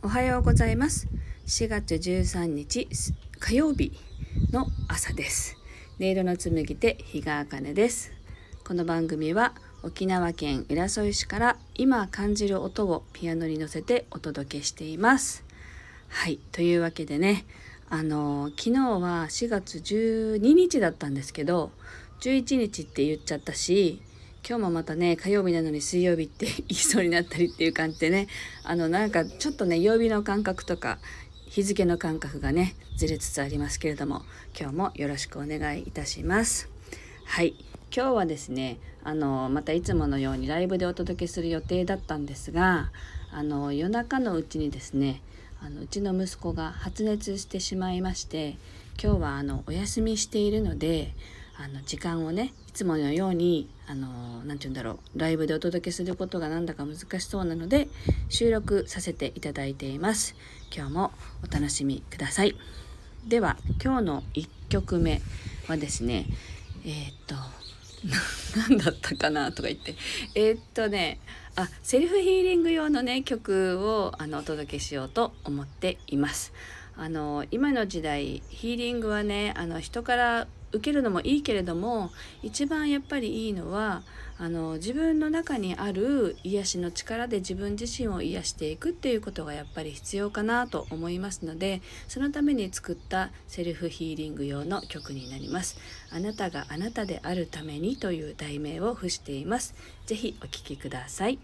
おはようございます。4月13日火曜日の朝です。音色の紡手日川茜です。この番組は沖縄県浦添市から今感じる音をピアノに乗せてお届けしています。はい、というわけでね、昨日は4月12日だったんですけど、11日って言っちゃったし、今日もまたね火曜日なのに水曜日って言いそうになったりっていう感じでね、なんかちょっとね曜日の感覚とか日付の感覚がねずれつつありますけれども、今日もよろしくお願いいたします。はい、今日はですねまたいつものようにライブでお届けする予定だったんですが、夜中のうちにですねうちの息子が発熱してしまいまして、今日はお休みしているので時間をねいつものようになんて言うんだろう、ライブでお届けすることがなんだか難しそうなので収録させていただいています。今日もお楽しみください。では今日の1曲目はですね、何だったかなとか言ってセルフヒーリング用のね曲をお届けしようと思っています。今の時代ヒーリングはね人から受けるのもいいけれども、一番やっぱりいいのは自分の中にある癒しの力で自分自身を癒していくっていうことがやっぱり必要かなと思いますので、そのために作ったセルフヒーリング用の曲になります。あなたがあなたであるためにという題名を付しています。ぜひお聴きください。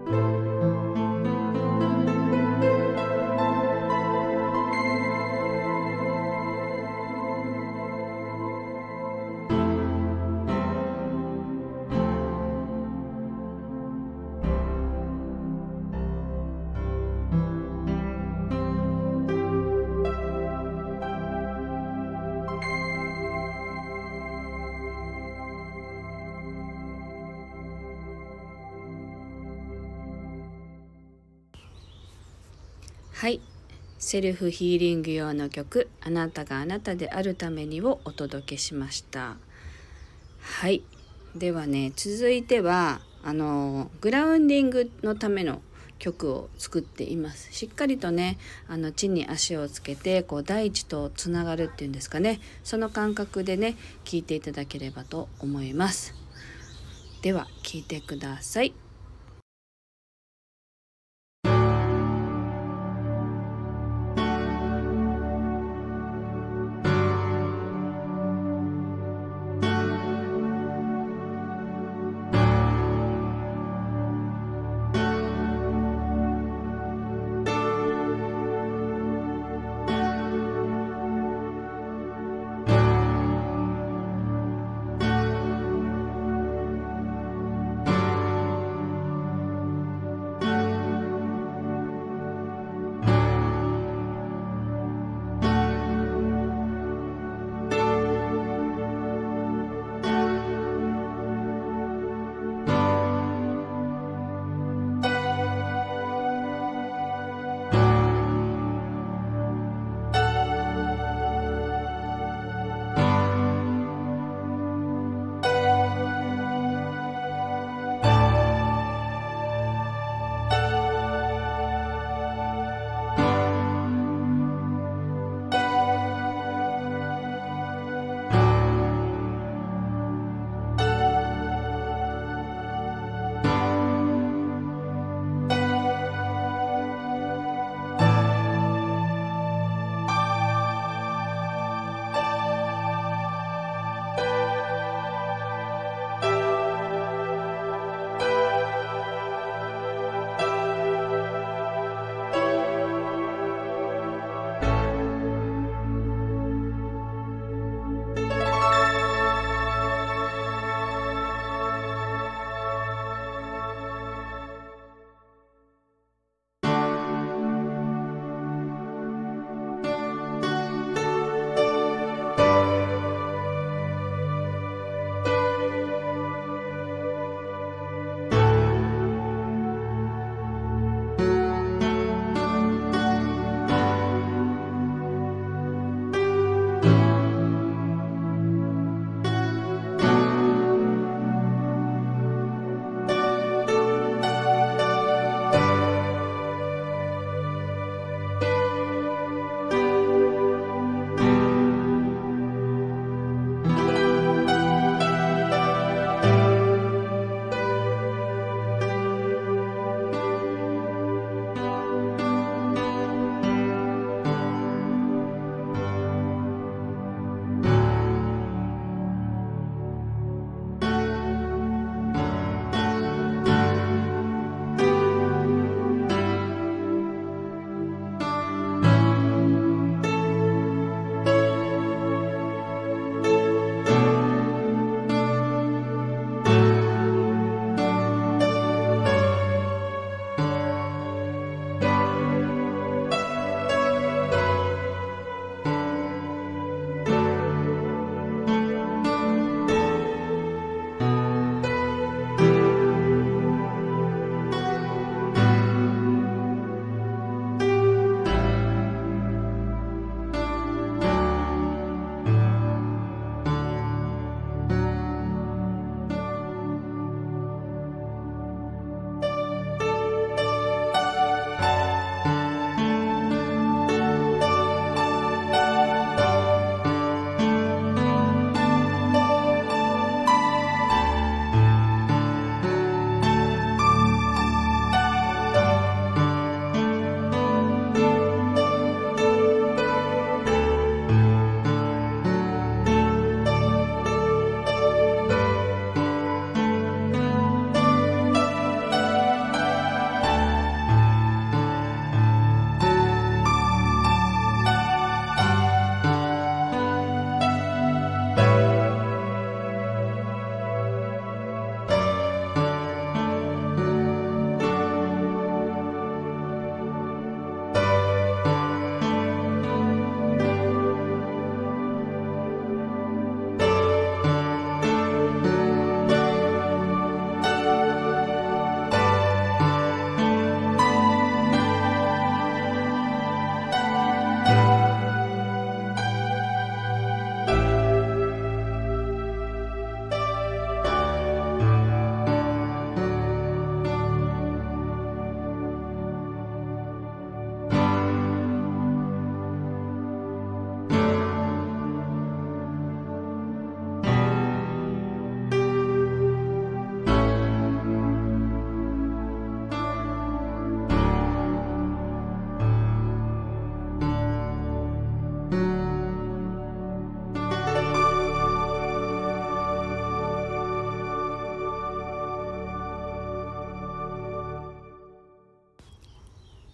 はい、セルフヒーリング用の曲「あなたがあなたであるために」をお届けしました。はい、ではね、続いてはグラウンディングのための曲を作っています。しっかりとね、地に足をつけて大地とつながるっていうんですかね、その感覚でね聴いていただければと思います。では聴いてください。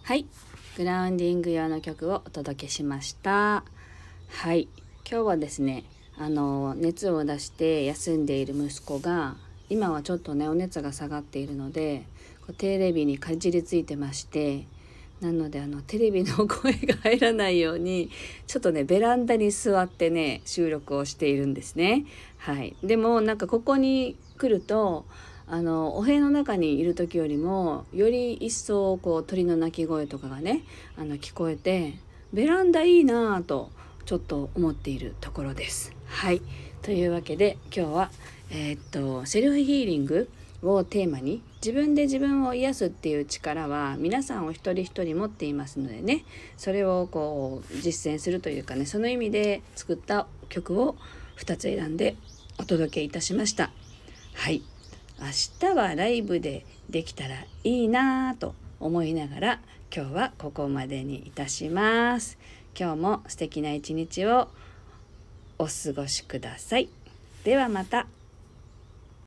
はい、グラウンディング用の曲をお届けしました。はい、今日はですね、熱を出して休んでいる息子が今はちょっとねお熱が下がっているのでテレビにかじりついてまして、なのでテレビの声が入らないようにちょっとねベランダに座ってね収録をしているんですね。はい、でもなんかここに来るとお部屋の中にいる時よりもより一層鳥の鳴き声とかがね聞こえて、ベランダいいなぁとちょっと思っているところです。はい、というわけで今日はセルフヒーリングをテーマに、自分で自分を癒すっていう力は皆さんお一人一人持っていますのでね、それを実践するというかね、その意味で作った曲を2つ選んでお届けいたしました。はい、明日はライブでできたらいいなと思いながら今日はここまでにいたします。今日も素敵な一日をお過ごしください。ではまた。